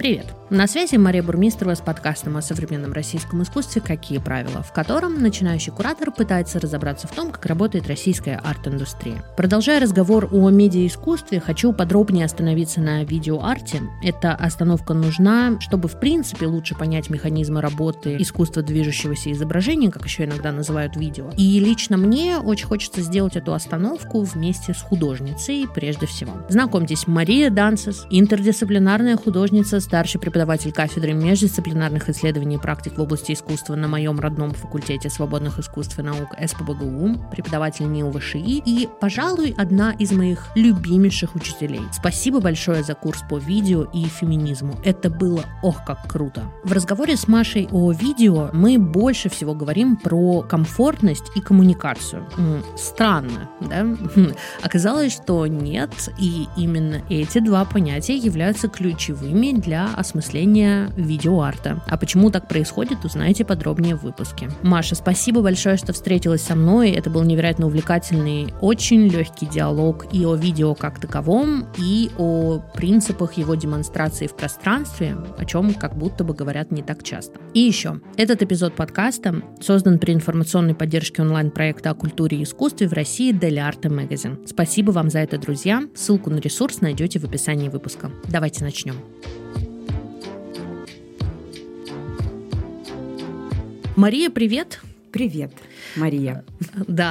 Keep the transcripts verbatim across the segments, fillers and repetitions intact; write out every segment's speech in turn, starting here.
Привет! На связи Мария Бурмистрова с подкастом о современном российском искусстве «Какие правила?», в котором начинающий куратор пытается разобраться в том, как работает российская арт-индустрия. Продолжая разговор о медиаискусстве, хочу подробнее остановиться на видеоарте. Эта остановка нужна, чтобы в принципе лучше понять механизмы работы искусства движущегося изображения, как еще иногда называют видео. И лично мне очень хочется сделать эту остановку вместе с художницей прежде всего. Знакомьтесь, Мария Дансес, интердисциплинарная художница, старший преподаватель кафедры междисциплинарных исследований и практик в области искусства на моем родном факультете свободных искусств и наук эс пэ бэ гэ у, преподаватель эн и у вэ ш и и, пожалуй, одна из моих любимейших учителей. Спасибо большое за курс по видео и феминизму. Это было ох как круто. В разговоре с Машей о видео мы больше всего говорим про комфортность и коммуникацию. Странно, да? Оказалось, что нет, и именно эти два понятия являются ключевыми для осмысления видеоарта. А почему так происходит, узнаете подробнее в выпуске. Маша, спасибо большое, что встретилась со мной. Это был невероятно увлекательный, очень легкий диалог и о видео как таковом, и о принципах его демонстрации в пространстве, о чем как будто бы говорят не так часто. И еще, этот эпизод подкаста создан при информационной поддержке онлайн-проекта о культуре и искусстве в России Dell'Arte Magazine. Спасибо вам за это, друзья. Ссылку на ресурс найдете в описании выпуска. Давайте начнем. Мария, привет! Привет, Мария. Да,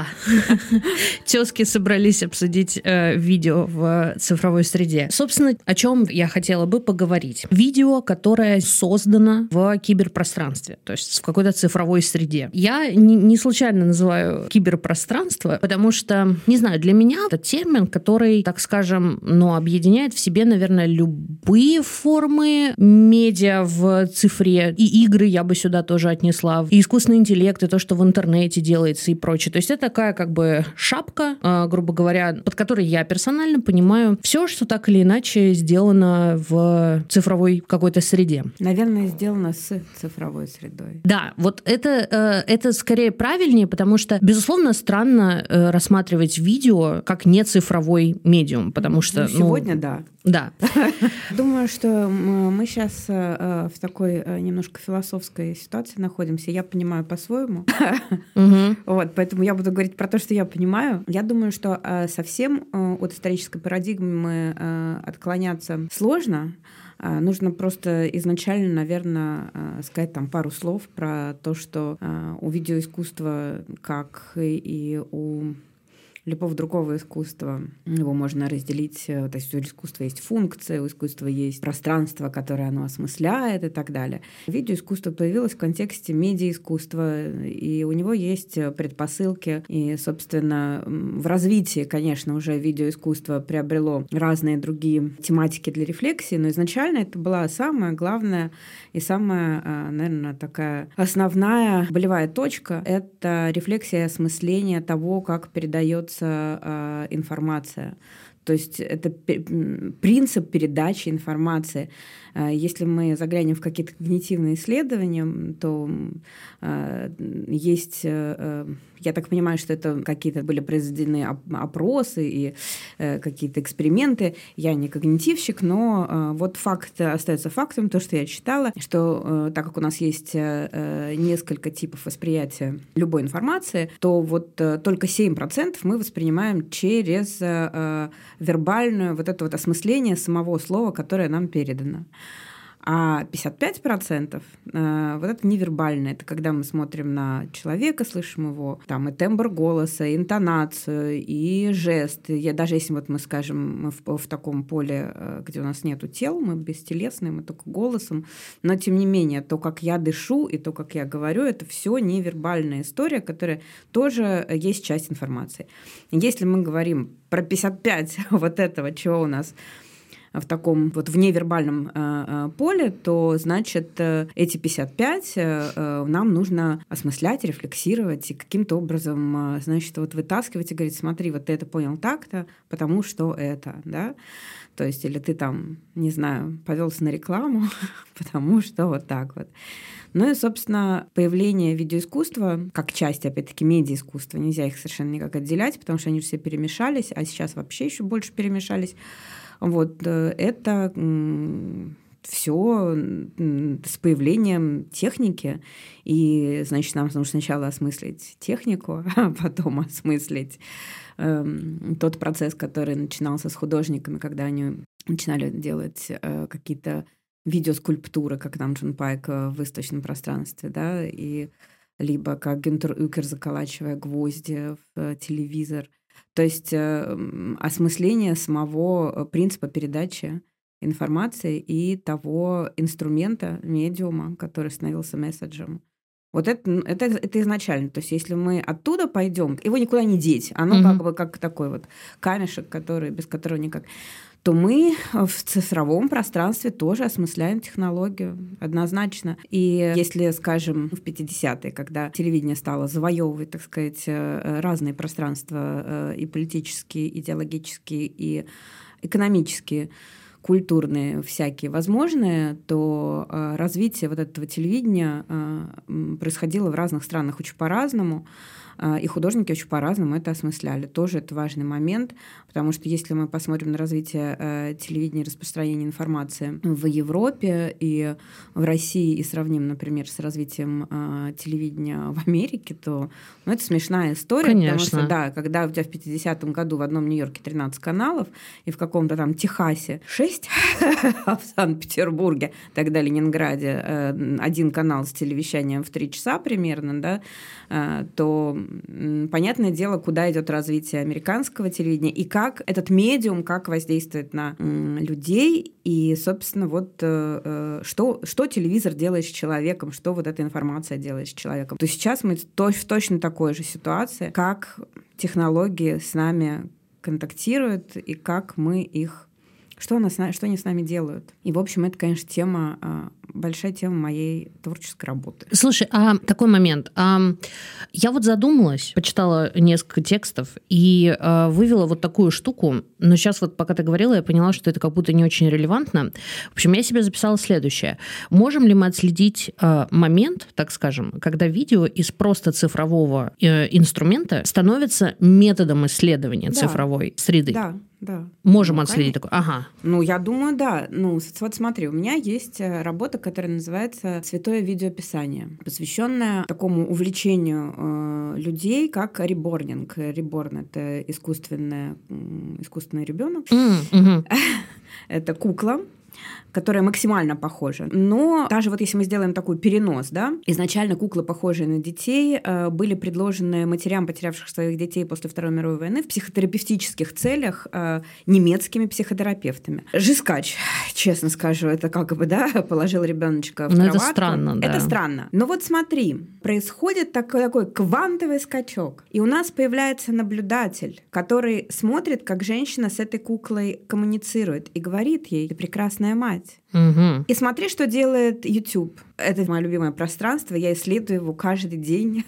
тезки собрались обсудить э, видео в цифровой среде. Собственно, о чем я хотела бы поговорить. Видео, которое создано в киберпространстве, то есть в какой-то цифровой среде. Я не, не случайно называю киберпространство, потому что, не знаю, для меня это термин, который, так скажем, ну, объединяет в себе, наверное, любые формы медиа в цифре. И игры я бы сюда тоже отнесла. И искусственный интеллект, и то, что в интернете делается и прочее. То есть это такая как бы шапка, э, грубо говоря, под которой я персонально понимаю все, что так или иначе сделано в цифровой какой-то среде. Наверное, сделано с цифровой средой. Да, вот это, э, это скорее правильнее, потому что, безусловно, странно э, рассматривать видео как не цифровой медиум, потому что... Ну, сегодня, ну, да. Да. Думаю, что мы сейчас в такой немножко философской ситуации находимся. Я понимаю по-своему. Угу. Вот, поэтому я буду говорить про то, что я понимаю. Я думаю, что совсем от исторической парадигмы отклоняться сложно. Нужно просто изначально, наверное, сказать там пару слов про то, что у видеоискусства, как и у любого другого искусства, его можно разделить, то есть у искусства есть функция, у искусства есть пространство, которое оно осмысляет и так далее. Видеоискусство появилось в контексте медиаискусства, и у него есть предпосылки, и, собственно, в развитии, конечно, уже видеоискусство приобрело разные другие тематики для рефлексии, но изначально это была самая главная и самая, наверное, такая основная болевая точка — это рефлексия и осмысление того, как передается информация. То есть это принцип передачи информации. Если мы заглянем в какие-то когнитивные исследования, то есть, я так понимаю, что это какие-то были произведены опросы и какие-то эксперименты. Я не когнитивщик, но вот факт остается фактом, то, что я читала, что так как у нас есть несколько типов восприятия любой информации, то вот только семь процентов мы воспринимаем через вербальное вот это вот осмысление самого слова, которое нам передано. А пятьдесят пять процентов э, вот это невербальное. Это когда мы смотрим на человека, слышим его, там и тембр голоса, и интонацию, и жест. И даже если вот мы скажем мы в, в таком поле, где у нас нету тел, мы бестелесные, мы только голосом, но тем не менее то, как я дышу и то, как я говорю, это все невербальная история, которая тоже есть часть информации. Если мы говорим про пятьдесят пять вот этого, чего у нас в таком вот вневербальном э, поле, то, значит, э, эти пятьдесят пять э, нам нужно осмыслять, рефлексировать и каким-то образом, э, значит, вот вытаскивать и говорить: смотри, вот ты это понял так-то, потому что это, да, то есть или ты там, не знаю, повелся на рекламу, потому что вот так вот. Ну и, собственно, появление видеоискусства как части, опять-таки, медиаискусства, нельзя их совершенно никак отделять, потому что они все перемешались, а сейчас вообще еще больше перемешались. Вот это все с появлением техники. И, значит, нам нужно сначала осмыслить технику, а потом осмыслить э, тот процесс, который начинался с художниками, когда они начинали делать э, какие-то видеоскульптуры, как там Джон Пайк в «Восточном пространстве», да, и либо как Гюнтер Укер, заколачивая гвозди в телевизор. То есть э, осмысление самого принципа передачи информации и того инструмента, медиума, который становился месседжем. Вот это, это, это изначально. То есть если мы оттуда пойдем, его никуда не деть. Оно mm-hmm. как бы как такой вот камешек, который, без которого никак... то мы в цифровом пространстве тоже осмысляем технологию однозначно. И если, скажем, в пятидесятые, когда телевидение стало завоевывать, так сказать, разные пространства и политические, и идеологические, и экономические, культурные всякие возможные, то э, развитие вот этого телевидения э, происходило в разных странах очень по-разному, э, и художники очень по-разному это осмысляли. Тоже это важный момент, потому что если мы посмотрим на развитие э, телевидения и распространения информации в Европе и в России и сравним, например, с развитием э, телевидения в Америке, то ну, это смешная история. Конечно. Потому что, да, когда у тебя в пятидесятом году в одном Нью-Йорке тринадцать каналов и в каком-то там Техасе шесть, а в Санкт-Петербурге, тогда Ленинграде, один канал с телевещанием в три часа примерно, да, то понятное дело, куда идет развитие американского телевидения и как этот медиум, как воздействует на людей. И, собственно, вот что, что телевизор делает с человеком, что вот эта информация делает с человеком. То сейчас мы в точно такой же ситуации, как технологии с нами контактируют и как мы их Что, она, что они с нами делают? И, в общем, это, конечно, тема, большая тема моей творческой работы. Слушай, а такой момент. А, я вот задумалась, почитала несколько текстов и а, вывела вот такую штуку, но сейчас вот пока ты говорила, я поняла, что это как будто не очень релевантно. В общем, я себе записала следующее. Можем ли мы отследить а, момент, так скажем, когда видео из просто цифрового э, инструмента становится методом исследования да. цифровой среды? Да. Да. Можем ну, отследить такое? Ага. Ну, я думаю, да. Ну, вот смотри, у меня есть работа, которая называется «Святое видеоописание», посвященная такому увлечению э, людей, как реборнинг. Реборн — это искусственный, искусственный ребенок. Mm-hmm. Это кукла, которая максимально похожа. Но даже вот если мы сделаем такой перенос, да, изначально куклы, похожие на детей, были предложены матерям, потерявших своих детей после Второй мировой войны, в психотерапевтических целях немецкими психотерапевтами. Жескач, честно скажу, это как бы, да, положил ребеночка в Но кроватку. Это странно, да. Это странно. Но вот смотри, происходит такой, такой квантовый скачок, и у нас появляется наблюдатель, который смотрит, как женщина с этой куклой коммуницирует и говорит ей: «Ты прекрасная мать». Угу. И смотри, что делает YouTube. Это мое любимое пространство, я исследую его каждый день.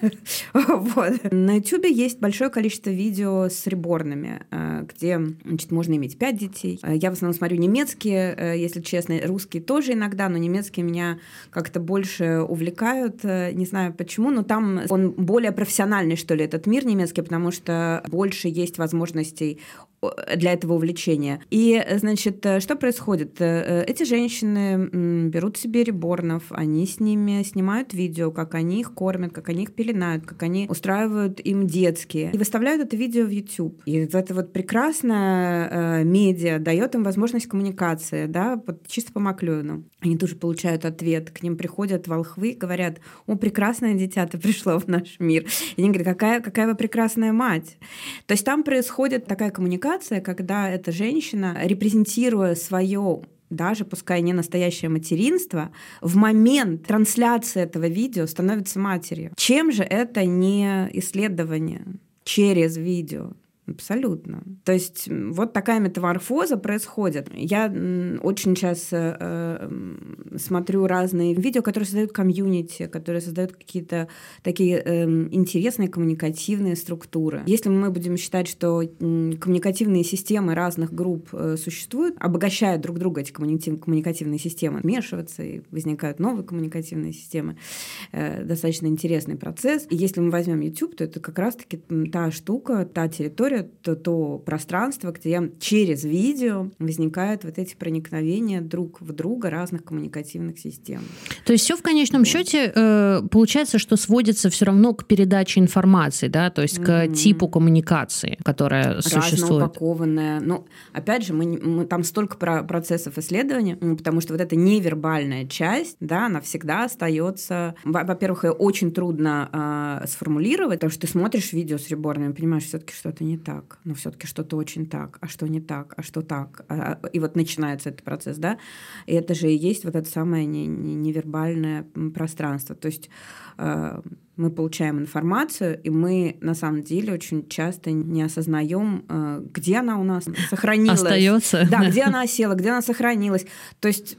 Вот. На YouTube есть большое количество видео с реборнами, где, значит, можно иметь пять детей. Я в основном смотрю немецкие, если честно, русские тоже иногда, но немецкие меня как-то больше увлекают. Не знаю почему, но там он более профессиональный, что ли, этот мир немецкий, потому что больше есть возможностей для этого увлечения. И, значит, что происходит? Эти женщины берут себе реборнов, они с ними снимают видео, как они их кормят, как они их пеленают, как они устраивают им детские, и выставляют это видео в YouTube. И это вот прекрасное э, медиа дает им возможность коммуникации, да, вот чисто по Маклюину. Они тоже получают ответ, к ним приходят волхвы, говорят: «О, прекрасное дитя, ты пришло в наш мир». И они говорят: какая, какая вы прекрасная мать. То есть там происходит такая коммуникация, когда эта женщина, репрезентируя свое, даже пускай не настоящее материнство, в момент трансляции этого видео становится матерью. Чем же это не исследование через видео? Абсолютно. То есть вот такая метаморфоза происходит. Я очень сейчас э, смотрю разные видео, которые создают комьюнити, которые создают какие-то такие э, интересные коммуникативные структуры. Если мы будем считать, что коммуникативные системы разных групп э, существуют, обогащают друг друга эти коммуникатив, коммуникативные системы, смешиваются, и возникают новые коммуникативные системы, э, достаточно интересный процесс. И если мы возьмем YouTube, то это как раз-таки та штука, та территория, формирует то, то пространство, где через видео возникают вот эти проникновения друг в друга разных коммуникативных систем. То есть все в конечном вот. счете э, получается, что сводится все равно к передаче информации, да, то есть mm-hmm. к типу коммуникации, которая существует. Разноупакованная. Но опять же, мы, мы там столько про процессов исследования, потому что вот эта невербальная часть, да, она всегда остается. Во-первых, ее очень трудно э, сформулировать, потому что ты смотришь видео с реборном и понимаешь, все-таки что-то не так, но все-таки что-то очень так, а что не так, а что так, и вот начинается этот процесс, да, и это же и есть вот это самое невербальное пространство, то есть э, мы получаем информацию, и мы на самом деле очень часто не осознаем, э, где она у нас сохранилась. Остается. Да, где она осела, где она сохранилась, то есть...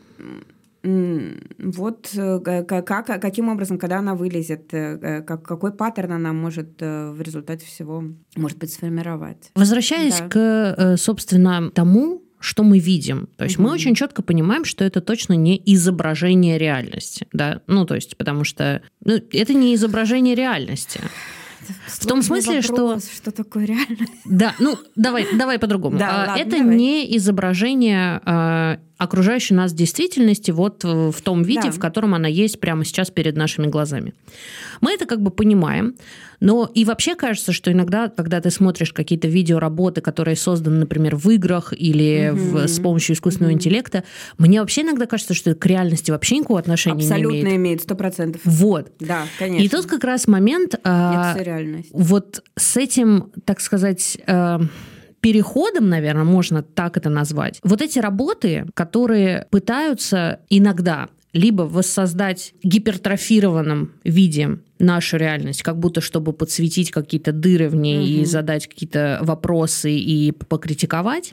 Вот как, каким образом, когда она вылезет, как, какой паттерн она может в результате всего, может быть, сформировать. Возвращаясь да. к, собственно, тому, что мы видим. То есть mm-hmm. мы очень четко понимаем, что это точно не изображение реальности. Да? Ну, то есть, потому что ну, это не изображение реальности. В том смысле, вопрос, что... Что такое реальность? Да, ну, давай, давай по-другому. Да, ладно, это давай. не изображение а, окружающей нас действительности вот в том виде, да. в котором она есть прямо сейчас перед нашими глазами. Мы это как бы понимаем, но и вообще кажется, что иногда, когда ты смотришь какие-то видеоработы, которые созданы, например, в играх или mm-hmm. в, с помощью искусственного mm-hmm. интеллекта, мне вообще иногда кажется, что это к реальности вообще никакого отношения Абсолютно не имеет. Абсолютно имеет, сто процентов. Вот. Да, конечно. И тут как раз момент... Это все реальность. Вот с этим, так сказать... переходом, наверное, можно так это назвать. Вот эти работы, которые пытаются иногда либо воссоздать в гипертрофированном виде нашу реальность, как будто чтобы подсветить какие-то дыры в ней угу. и задать какие-то вопросы и покритиковать,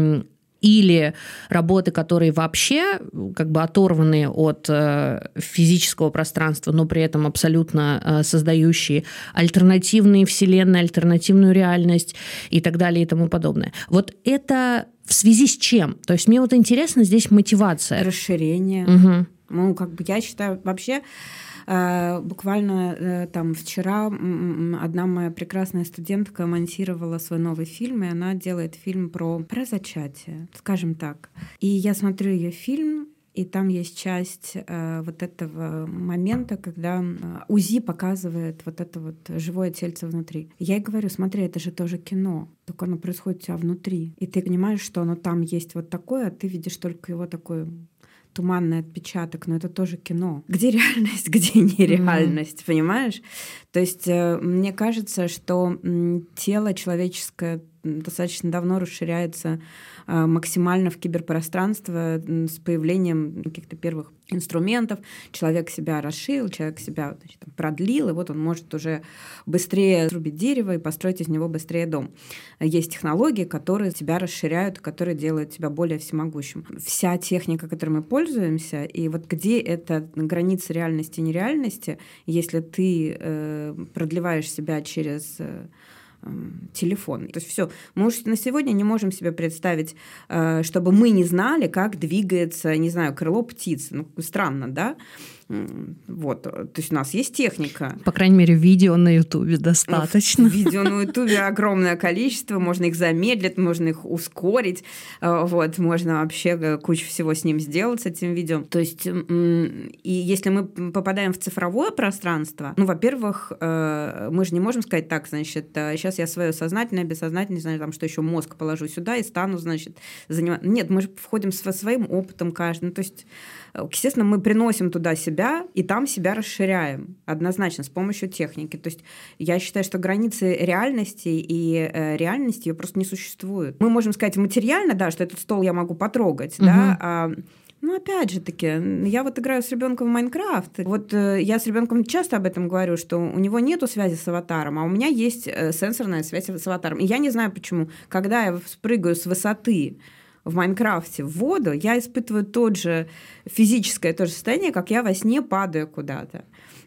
или работы, которые вообще как бы оторваны от э, физического пространства, но при этом абсолютно э, создающие альтернативные вселенные, альтернативную реальность и так далее и тому подобное. Вот это в связи с чем? То есть мне вот интересно здесь мотивация. Расширение. Угу. Ну, как бы я считаю, вообще... Буквально там вчера одна моя прекрасная студентка монтировала свой новый фильм, и она делает фильм про, про зачатие, скажем так. И я смотрю ее фильм, и там есть часть э, вот этого момента, когда УЗИ показывает вот это вот живое тельце внутри. Я ей говорю, смотри, это же тоже кино, только оно происходит у тебя внутри. И ты понимаешь, что оно там есть вот такое, а ты видишь только его такой... туманный отпечаток, но это тоже кино. Где реальность, где нереальность, mm-hmm. понимаешь? То есть мне кажется, что тело человеческое достаточно давно расширяется максимально в киберпространство с появлением каких-то первых инструментов. Человек себя расширил, человек себя, значит, продлил, и вот он может уже быстрее срубить дерево и построить из него быстрее дом. Есть технологии, которые тебя расширяют, которые делают тебя более всемогущим. Вся техника, которой мы пользуемся, и вот где эта граница реальности и нереальности, если ты э, продлеваешь себя через... Э, телефон. То есть все. Мы уже на сегодня не можем себе представить, чтобы мы не знали, как двигается, не знаю, крыло птицы. Ну, странно, да? Вот. То есть у нас есть техника. По крайней мере, видео на Ютубе достаточно. Видео на Ютубе огромное количество. Можно их замедлить, можно их ускорить. Вот. Можно вообще кучу всего с ним сделать, с этим видео. То есть и если мы попадаем в цифровое пространство, ну, во-первых, мы же не можем сказать так, значит, сейчас я свое сознательное, бессознательное, не знаю, там, что еще мозг положу сюда и стану, значит, заниматься. Нет, мы же входим со своим опытом каждый. Ну, то есть, естественно, мы приносим туда себя, и там себя расширяем однозначно с помощью техники. То есть я считаю, что границы реальности и э, реальности ее просто не существует. Мы можем сказать материально, да, что этот стол я могу потрогать, угу. да, а, ну, опять же таки, я вот играю с ребенком в Майнкрафт. Вот э, я с ребенком часто об этом говорю, что у него нету связи с аватаром, а у меня есть э, сенсорная связь с аватаром. И я не знаю почему. Когда я спрыгаю с высоты в Майнкрафте в воду, я испытываю тот же физическое то же состояние, как я во сне падаю куда-то.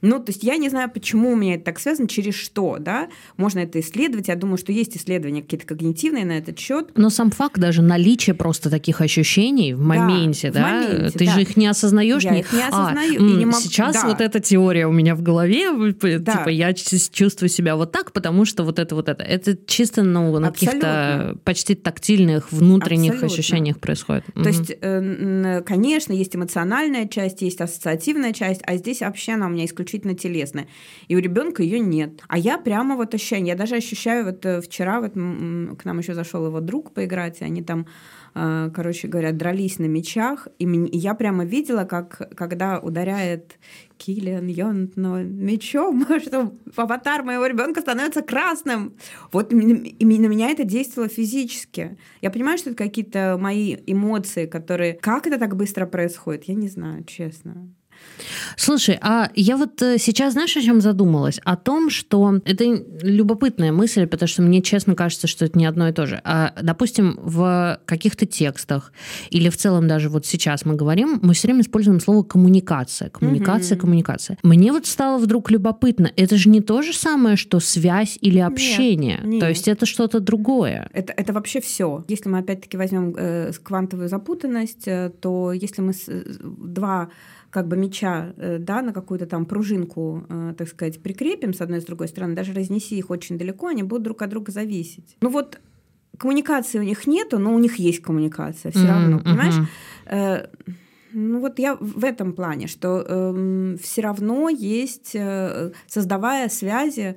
Ну, то есть я не знаю, почему у меня это так связано, через что, да, можно это исследовать. Я думаю, что есть исследования какие-то когнитивные на этот счет. Но сам факт даже наличия просто таких ощущений в моменте, да, да, в моменте, ты да. же их не осознаешь. Я не... их не осознаю. А, и не могу... Сейчас да. вот эта теория у меня в голове, да. типа я чувствую себя вот так, потому что вот это вот это. Это чисто ну, на каких-то почти тактильных внутренних Абсолютно. ощущениях происходит. То угу. есть, конечно, есть эмоциональная часть, есть ассоциативная часть, а здесь вообще она у меня исключительно телесная. И у ребенка ее нет. А я прямо вот ощущаю, я даже ощущаю, вот вчера вот к нам еще зашел его друг поиграть, и они там, короче говоря, дрались на мячах, и я прямо видела, как когда ударяет Киллиан Йонт мячом, что аватар моего ребенка становится красным. Вот именно на меня это действовало физически. Я понимаю, что это какие-то мои эмоции, которые... Как это так быстро происходит? Я не знаю, честно. Слушай, а я вот сейчас, знаешь, о чем задумалась? О том, что это любопытная мысль, потому что мне, честно, кажется, что это не одно и то же. А, допустим, в каких-то текстах или в целом даже вот сейчас мы говорим, мы все время используем слово коммуникация. Коммуникация, угу. коммуникация. Мне вот стало вдруг любопытно. Это же не то же самое, что связь или общение. Нет, нет. То есть это что-то другое. Это, это вообще все. Если мы опять-таки возьмем э, квантовую запутанность, э, то если мы с, два как бы мяча, да, на какую-то там пружинку, так сказать, прикрепим с одной и с другой стороны, даже разнеси их очень далеко, они будут друг от друга зависеть. Ну вот коммуникации у них нету, но у них есть коммуникация все mm-hmm. равно, понимаешь? Mm-hmm. Ну вот я в этом плане, что э, все равно есть, э, создавая связи,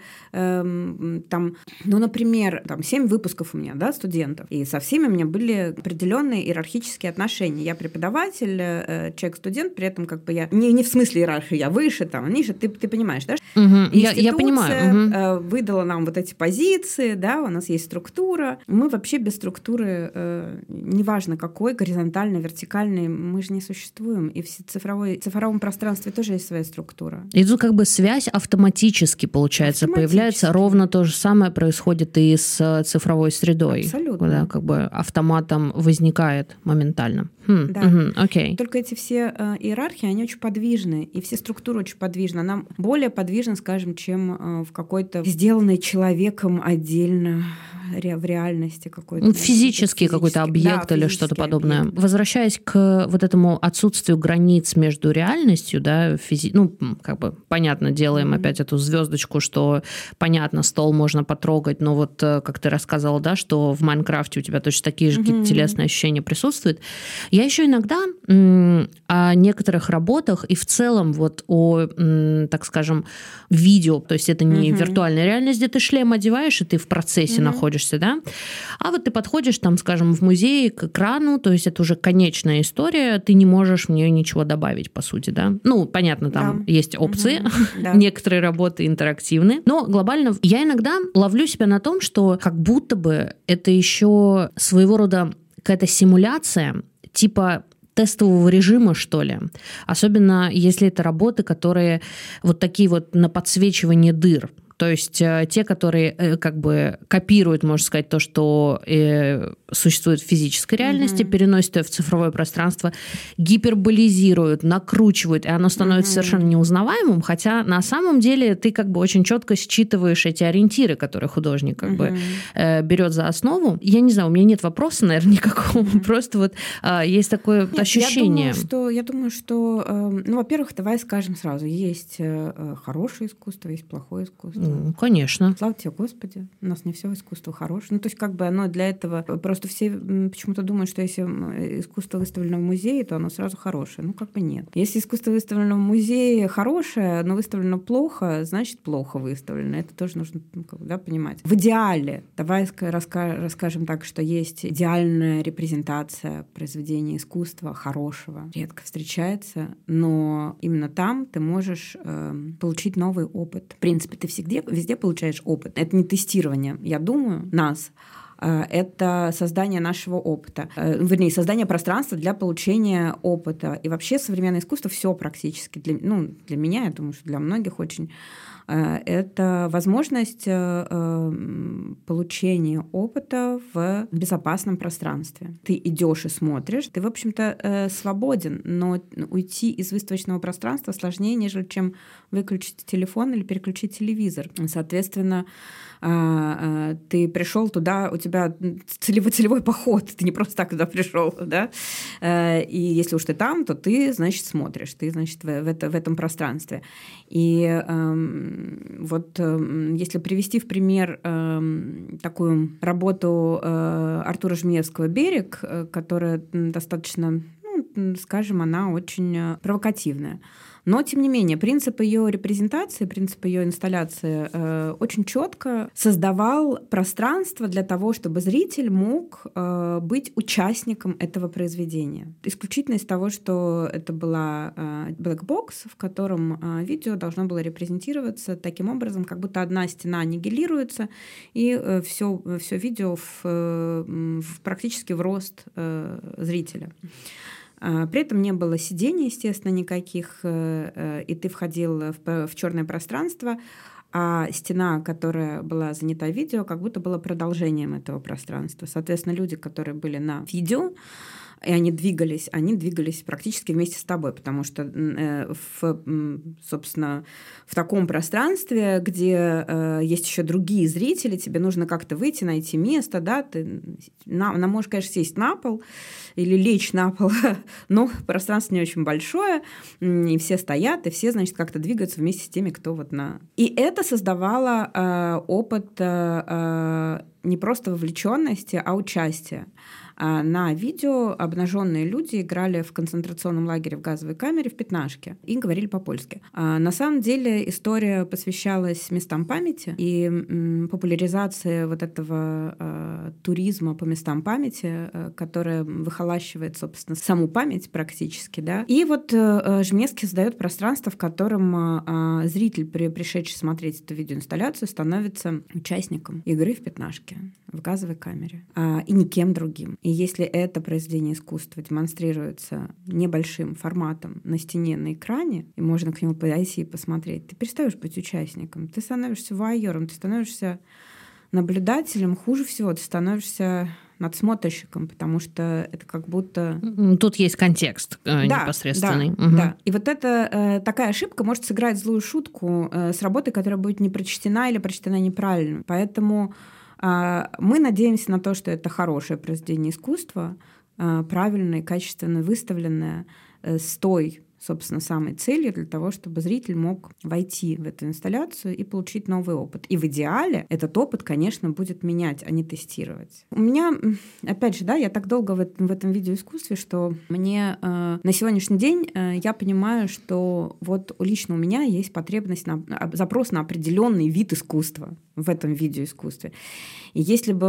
э, там, ну, например, там семь выпусков у меня, да, студентов, и со всеми у меня были определенные иерархические отношения. Я преподаватель, э, человек-студент, при этом как бы я, не, не в смысле иерархии, я выше, там, ниже, ты, ты понимаешь, да? Угу. Я, я понимаю. Угу. Э, выдала нам вот эти позиции, да, у нас есть структура. Мы вообще без структуры, э, неважно какой, горизонтальной, вертикальной, мы же не существуем. Существуем, и в цифровой, цифровом пространстве тоже есть своя структура. И тут как бы связь автоматически, получается, автоматически. Появляется. Ровно то же самое происходит и с цифровой средой. Абсолютно. Когда как бы автоматом возникает моментально. Хм, да. Угу, окей. Только эти все э, иерархии, они очень подвижны, и все структуры очень подвижны. Она более подвижна, скажем, чем э, в какой-то сделанной человеком отдельно в реальности какой-то. Физический какой-то объект да, или что-то подобное. Объект. Возвращаясь к вот этому отсутствию границ между реальностью, да, физи... ну, как бы, понятно, делаем mm-hmm. опять эту звездочку, что, понятно, стол можно потрогать, но вот, как ты рассказала, да, что в Майнкрафте у тебя точно такие же mm-hmm. какие-то телесные ощущения присутствуют. Я еще иногда м, о некоторых работах и в целом вот о, м, так скажем, видео, то есть это не mm-hmm. виртуальная реальность, где ты шлем одеваешь, и ты в процессе mm-hmm. находишься, да, а вот ты подходишь, там, скажем, в музей к экрану, то есть это уже конечная история, ты не можешь в нее ничего добавить, по сути, да. Ну, понятно, там да. есть опции, mm-hmm. да. некоторые работы интерактивны, но глобально я иногда ловлю себя на том, что как будто бы это еще своего рода какая-то симуляция, типа тестового режима, что ли. Особенно если это работы, которые вот такие вот на подсвечивание дыр. То есть те, которые как бы копируют, можно сказать, то, что существует в физической реальности, mm-hmm. переносят ее в цифровое пространство, гиперболизируют, накручивают, и оно становится mm-hmm. совершенно неузнаваемым, хотя на самом деле ты как бы очень четко считываешь эти ориентиры, которые художник как mm-hmm. бы берет за основу. Я не знаю, у меня нет вопроса, наверное, никакого, mm-hmm. просто вот есть такое нет, ощущение. Я думаю, что, я думаю, что, ну, во-первых, давай скажем сразу, есть хорошее искусство, есть плохое искусство. Ну, конечно. Слава тебе, Господи, у нас не все искусство хорошее. Ну, то есть, как бы оно для этого... Просто все почему-то думают, что если искусство выставлено в музее, то оно сразу хорошее. Ну, как бы нет. Если искусство выставлено в музее хорошее, но выставлено плохо, значит, плохо выставлено. Это тоже нужно, да, понимать. В идеале, давай раска- расскажем так, что есть идеальная репрезентация произведения искусства хорошего. Редко встречается, но именно там ты можешь э, получить новый опыт. В принципе, ты всегда везде получаешь опыт. Это не тестирование, я думаю, нас. Это создание нашего опыта. Вернее, создание пространства для получения опыта. И вообще современное искусство все практически. Для, ну, для меня, я думаю, что для многих очень... Это возможность получение опыта в безопасном пространстве. Ты идешь и смотришь, ты, в общем-то, э, свободен, но уйти из выставочного пространства сложнее, нежели чем выключить телефон или переключить телевизор. Соответственно, ты пришел туда, у тебя целевой, целевой поход, ты не просто так туда пришел, да, и если уж ты там, то ты, значит, смотришь, ты, значит, в, в, это, в этом пространстве. И э, вот э, если привести в пример э, такую работу э, Артура Жмиевского «Берег», э, которая достаточно, ну, скажем, она очень провокативная. Но, тем не менее, принцип ее репрезентации, принцип ее инсталляции э, очень четко создавал пространство для того, чтобы зритель мог э, быть участником этого произведения. Исключительно из того, что это была э, black-box, в котором э, видео должно было репрезентироваться таким образом, как будто одна стена аннигилируется, и э, все, все видео в, э, в, практически в рост э, зрителя. При этом не было сидений, естественно, никаких, и ты входил в, в черное пространство, а стена, которая была занята видео, как будто была продолжением этого пространства. Соответственно, люди, которые были на видео, и они двигались, они двигались практически вместе с тобой, потому что, в, собственно, в таком пространстве, где э, есть еще другие зрители, тебе нужно как-то выйти, найти место, да, ты на, на, можешь, конечно, сесть на пол или лечь на пол, но пространство не очень большое, и все стоят, и все, значит, как-то двигаются вместе с теми, кто вот на... И это создавало э, опыт э, не просто вовлеченности, а участия. На видео обнаженные люди играли в концентрационном лагере в газовой камере в пятнашке и говорили по-польски. На самом деле история посвящалась местам памяти и популяризации вот этого туризма по местам памяти, которая выхолащивает, собственно, саму память практически. Да? И вот Жмевский создает пространство, в котором зритель, пришедший смотреть эту видеоинсталляцию, становится участником игры в пятнашке в газовой камере и никем другим. И если это произведение искусства демонстрируется небольшим форматом на стене, на экране, и можно к нему подойти и посмотреть, ты перестаешь быть участником, ты становишься вайером, ты становишься наблюдателем, хуже всего, ты становишься надсмотрщиком, потому что это как будто... Тут есть контекст э, да, непосредственный. Да, угу. да. И вот эта э, такая ошибка может сыграть злую шутку э, с работой, которая будет не прочтена или прочтена неправильно. Поэтому мы надеемся на то, что это хорошее произведение искусства, правильное, качественно выставленное, с той, собственно, самой целью для того, чтобы зритель мог войти в эту инсталляцию и получить новый опыт. И в идеале этот опыт, конечно, будет менять, а не тестировать. У меня, опять же, да, я так долго в этом, в этом видеоискусстве, что мне э, на сегодняшний день э, я понимаю, что вот лично у меня есть потребность, на, запрос на определенный вид искусства в этом видеоискусстве. И если бы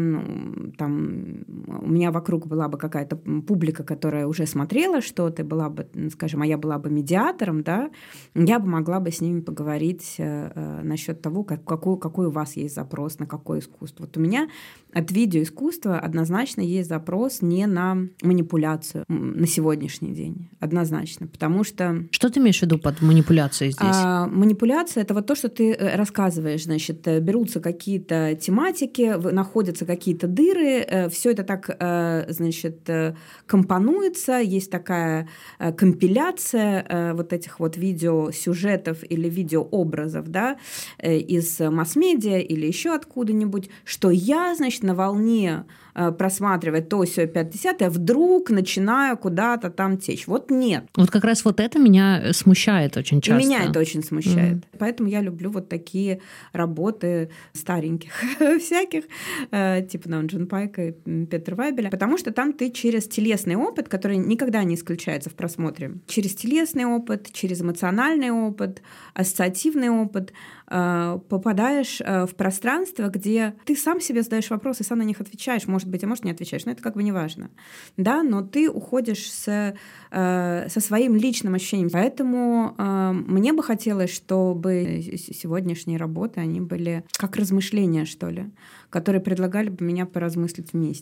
м, там, у меня вокруг была бы какая-то публика, которая уже смотрела что-то, была бы, скажем, а я была бы медиатором, да, я бы могла бы с ними поговорить э, насчет того, как, какой, какой у вас есть запрос, на какое искусство. Вот у меня от видеоискусства однозначно есть запрос не на манипуляцию на сегодняшний день. Однозначно. Потому что... Что ты имеешь в виду под манипуляцией здесь? А, манипуляция — это вот то, что ты рассказываешь. Значит, берутся какие-то тематики, находятся какие-то дыры, все это так, значит, компонуется, есть такая компиляция вот этих вот видеосюжетов или видеообразов, да, из масс-медиа или еще откуда-нибудь, что я, значит, на волне просматривать то, сё, пятьдесят, вдруг начинаю куда-то там течь. Вот нет. Вот как раз вот это меня смущает очень часто. И меня это очень смущает. Mm-hmm. Поэтому я люблю вот такие работы стареньких всяких, типа Наунджин Пайка и Петер Вайбеля, потому что там ты через телесный опыт, который никогда не исключается в просмотре, через телесный опыт, через эмоциональный опыт, ассоциативный опыт попадаешь в пространство, где ты сам себе задаешь вопросы, сам на них отвечаешь, может быть, а может, не отвечаешь, но это как бы не важно. Да, но ты уходишь с, со своим личным ощущением. Поэтому мне бы хотелось, чтобы сегодняшние работы, они были как размышления, что ли, которые предлагали бы меня поразмыслить вместе.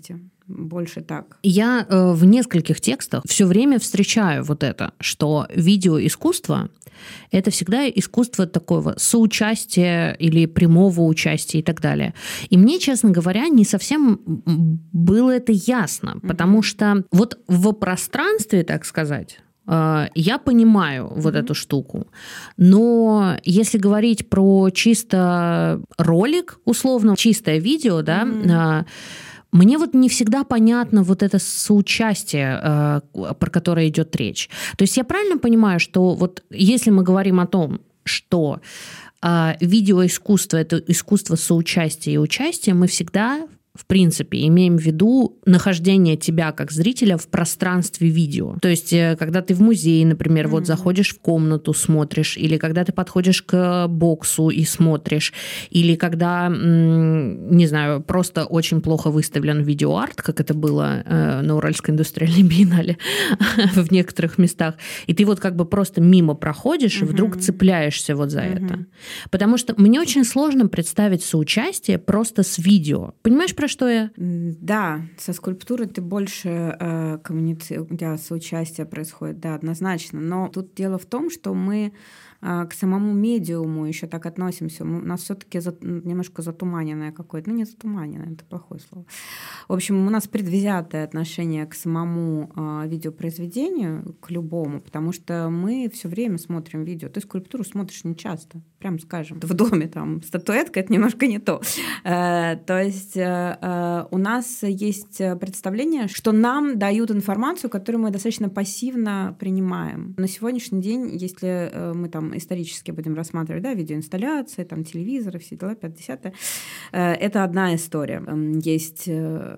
больше так. Я э, в нескольких текстах все время встречаю вот это, что видеоискусство — это всегда искусство такого соучастия или прямого участия и так далее. И мне, честно говоря, не совсем было это ясно, mm-hmm. потому что вот в пространстве, так сказать, я понимаю вот mm-hmm. эту штуку, но если говорить про чисто ролик, условно, чистое видео, да, mm-hmm. мне вот не всегда понятно вот это соучастие, про которое идет речь. То есть я правильно понимаю, что вот если мы говорим о том, что видеоискусство — это искусство соучастия и участия, мы всегда в принципе, имеем в виду нахождение тебя как зрителя в пространстве видео. То есть, когда ты в музее, например, mm-hmm. вот заходишь в комнату, смотришь, или когда ты подходишь к боксу и смотришь, или когда, не знаю, просто очень плохо выставлен видеоарт, как это было на Уральской индустриальной биеннале в некоторых местах, и ты вот как бы просто мимо проходишь, mm-hmm. и вдруг цепляешься вот за mm-hmm. это. Потому что мне очень сложно представить соучастие просто с видео. Понимаешь, про что я? Да, со скульптурой ты больше э, коммуницируешь, у тебя соучастие происходит, да, однозначно. Но тут дело в том, что мы э, к самому медиуму еще так относимся. У нас все-таки за, немножко затуманенное какое-то, ну не затуманенное, это плохое слово. В общем, у нас предвзятое отношение к самому э, видеопроизведению, к любому, потому что мы все время смотрим видео. Ты скульптуру смотришь не часто, прям скажем. В доме там статуэтка — это немножко не то. Э, то есть э, у нас есть представление, что нам дают информацию, которую мы достаточно пассивно принимаем. На сегодняшний день, если мы там исторически будем рассматривать, да, видеоинсталляции, там, телевизоры, все дела, пятьдесят, это одна история. Есть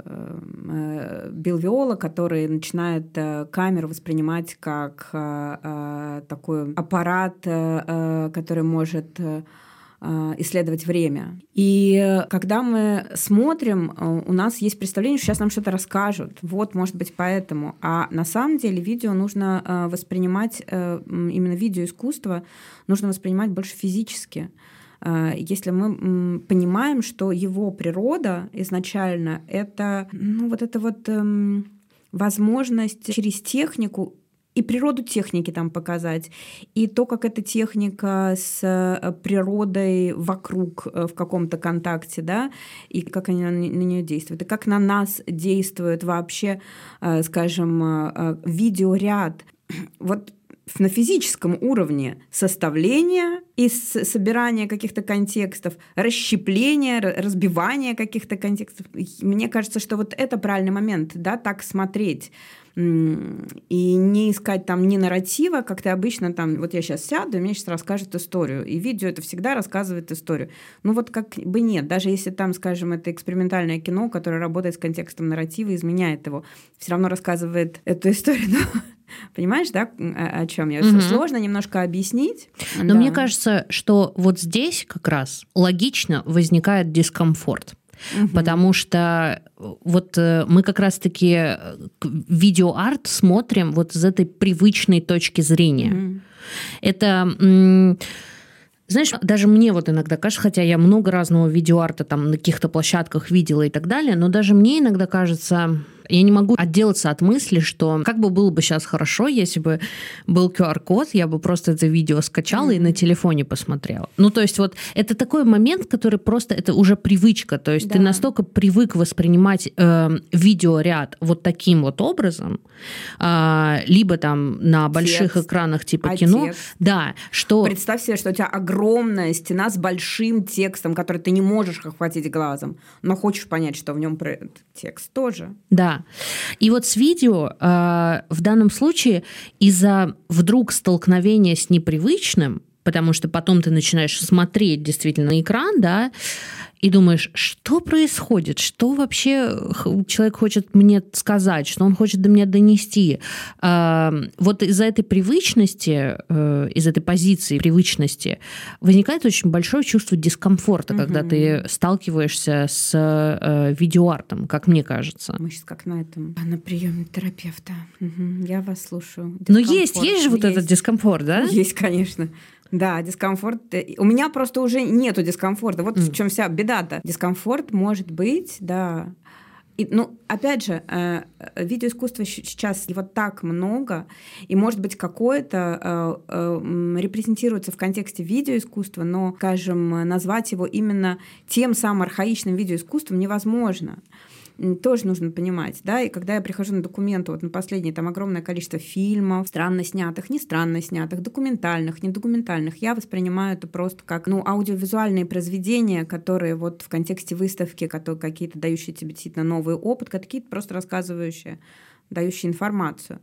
Билл Виола, который начинает камеру воспринимать как такой аппарат, который может исследовать время. И когда мы смотрим, у нас есть представление, что сейчас нам что-то расскажут. Вот, может быть, поэтому. А на самом деле видео нужно воспринимать, именно видеоискусство нужно воспринимать больше физически. Если мы понимаем, что его природа изначально — это, ну, вот это вот возможность через технику и природу техники там показать, и то, как эта техника с природой вокруг в каком-то контакте, да, и как они на нее действуют, и как на нас действует вообще, скажем, видеоряд. Вот на физическом уровне составления и собирания каких-то контекстов, расщепления, разбивания каких-то контекстов. Мне кажется, что вот это правильный момент, да, так смотреть. И не искать там ни нарратива, как ты обычно там, вот я сейчас сяду, и мне сейчас расскажут историю. И видео это всегда рассказывает историю. Ну вот как бы нет. Даже если там, скажем, это экспериментальное кино, которое работает с контекстом нарратива, изменяет его, все равно рассказывает эту историю. Но, понимаешь, да, о, о чем я? Mm-hmm. Сложно немножко объяснить. Но да. Мне кажется, что вот здесь как раз логично возникает дискомфорт. Угу. Потому что вот мы как раз-таки видеоарт смотрим вот с этой привычной точки зрения. Угу. Это... Знаешь, даже мне вот иногда кажется, хотя я много разного видеоарта там на каких-то площадках видела и так далее, но даже мне иногда кажется... Я не могу отделаться от мысли, что как бы было бы сейчас хорошо, если бы был ку ар-код, я бы просто это видео скачала mm-hmm. и на телефоне посмотрела. Ну, то есть вот это такой момент, который просто, это уже привычка, то есть да. ты настолько привык воспринимать э, видеоряд вот таким вот образом, э, либо там на больших текст. Экранах типа а кино, текст. Да, что... Представь себе, что у тебя огромная стена с большим текстом, который ты не можешь охватить глазом, но хочешь понять, что в нем текст тоже. Да. И вот с видео э, в данном случае из-за вдруг столкновения с непривычным, потому что потом ты начинаешь смотреть действительно на экран, да, и думаешь, что происходит, что вообще человек хочет мне сказать, что он хочет до меня донести. Вот из-за этой привычности, из этой позиции привычности возникает очень большое чувство дискомфорта, угу. когда ты сталкиваешься с видеоартом, как мне кажется. Мы сейчас как на этом, на приеме терапевта. Угу. Я вас слушаю. Дискомфорт. Но есть, есть же вот есть. Этот дискомфорт, да? Есть, конечно. Да, дискомфорт. У меня просто уже нету дискомфорта. Вот mm. в чем вся беда-то. Дискомфорт может быть, да. И, ну, опять же, э, видеоискусство сейчас его так много, и, может быть, какое-то э, э, репрезентируется в контексте видеоискусства, но, скажем, назвать его именно тем самым архаичным видеоискусством невозможно. Тоже нужно понимать, да, и когда я прихожу на документы, вот на последние, там огромное количество фильмов, странно снятых, не странно снятых, документальных, недокументальных, я воспринимаю это просто как, ну, аудиовизуальные произведения, которые вот в контексте выставки, которые какие-то дающие тебе действительно новый опыт, какие-то просто рассказывающие, дающие информацию.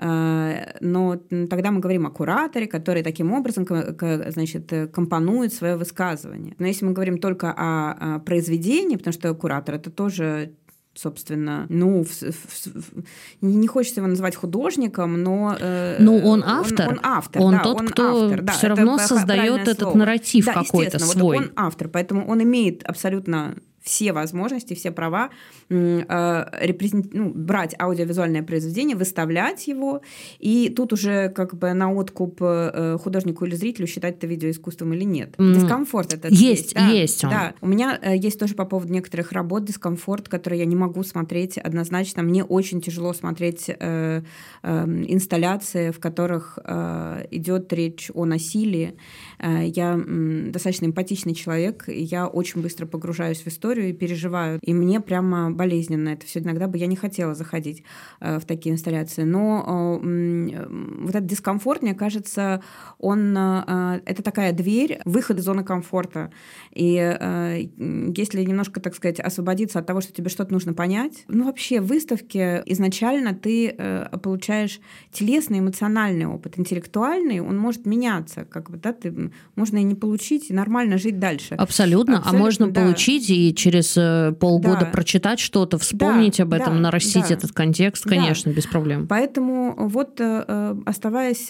Но тогда мы говорим о кураторе, который таким образом, значит, компонует свое высказывание. Но если мы говорим только о произведении, потому что куратор — это тоже, собственно, ну, в, в, в, не хочется его называть художником, но... Э, ну, он автор. Он, он автор, он да, тот, он кто автор, да, все равно создает этот слово. нарратив да, какой-то свой. Вот он автор, поэтому он имеет абсолютно все возможности, все права э, репрезент... ну, брать аудиовизуальное произведение, выставлять его, и тут уже как бы на откуп э, художнику или зрителю считать это видеоискусством или нет. Mm. Дискомфорт этот есть. Есть, да, есть он. Да. У меня э, есть тоже по поводу некоторых работ дискомфорт, который я не могу смотреть однозначно. Мне очень тяжело смотреть э, э, инсталляции, в которых э, идет речь о насилии. Э, я э, достаточно эмпатичный человек, и я очень быстро погружаюсь в историю и переживаю. И мне прямо болезненно это все. Иногда бы я не хотела заходить э, в такие инсталляции. Но э, вот этот дискомфорт, мне кажется, он, э, это такая дверь, выход из зоны комфорта. И э, если немножко, так сказать, освободиться от того, что тебе что-то нужно понять, ну вообще в выставке изначально ты э, получаешь телесный, эмоциональный опыт. Интеллектуальный, он может меняться. Как бы, да, ты, можно и не получить, и нормально жить дальше. Абсолютно. Абсолютно, а можно да. получить и через полгода да. прочитать что-то, вспомнить да, об этом, да, нарастить да. этот контекст, конечно, да. без проблем. Поэтому вот оставаясь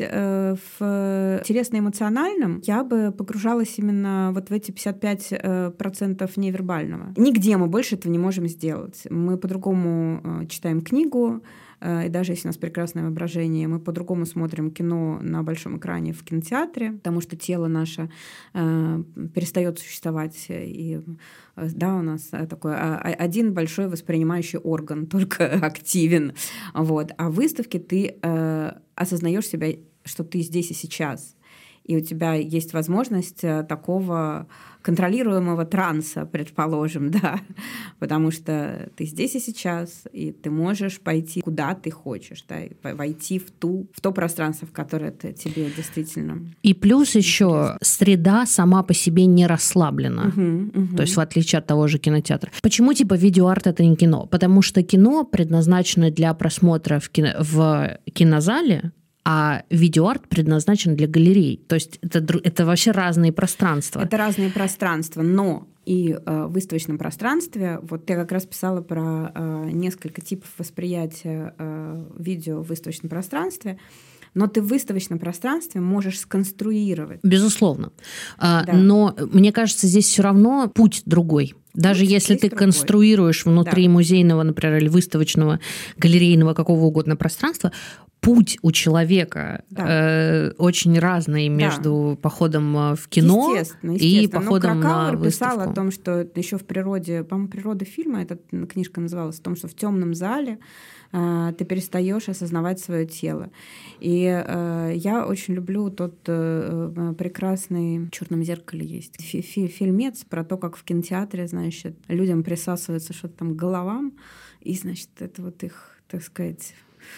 в телесно-эмоциональном, я бы погружалась именно вот в эти пятьдесят пять процентов невербального. Нигде мы больше этого не можем сделать. Мы по-другому читаем книгу, и даже если у нас прекрасное воображение, мы по-другому смотрим кино на большом экране в кинотеатре, потому что тело наше э, перестает существовать. И да, у нас такой один большой воспринимающий орган, только активен. Вот. А в выставке ты э, осознаешь себя, что ты здесь и сейчас. И у тебя есть возможность такого контролируемого транса, предположим, да, потому что ты здесь и сейчас, и ты можешь пойти куда ты хочешь, да, войти в, ту, в то пространство, в которое ты, тебе действительно... И плюс еще среда сама по себе не расслаблена, uh-huh, uh-huh. то есть в отличие от того же кинотеатра. Почему типа видеоарт — это не кино? Потому что кино предназначено для просмотра в, кино, в кинозале, а видеоарт предназначен для галерей. То есть это, это вообще разные пространства. Это разные пространства, но и э, в выставочном пространстве, вот я как раз писала про э, несколько типов восприятия э, видео в выставочном пространстве, но ты в выставочном пространстве можешь сконструировать. Безусловно. Да. Но мне кажется, здесь все равно путь другой. Даже путь если ты другой. Конструируешь внутри да. музейного, например, или выставочного, галерейного, какого угодно пространства, путь у человека да. э, очень разный между да. походом в кино естественно, естественно. и походом Но на выставку. Писал о том, что еще в природе, по-моему, природа фильма, эта книжка называлась, о том, что в темном зале э, ты перестаешь осознавать свое тело. И э, я очень люблю тот э, прекрасный в «Черном зеркале» есть фи- фи- фильмец про то, как в кинотеатре, значит, людям присасывается что-то там к головам, и, значит, это вот их, так сказать...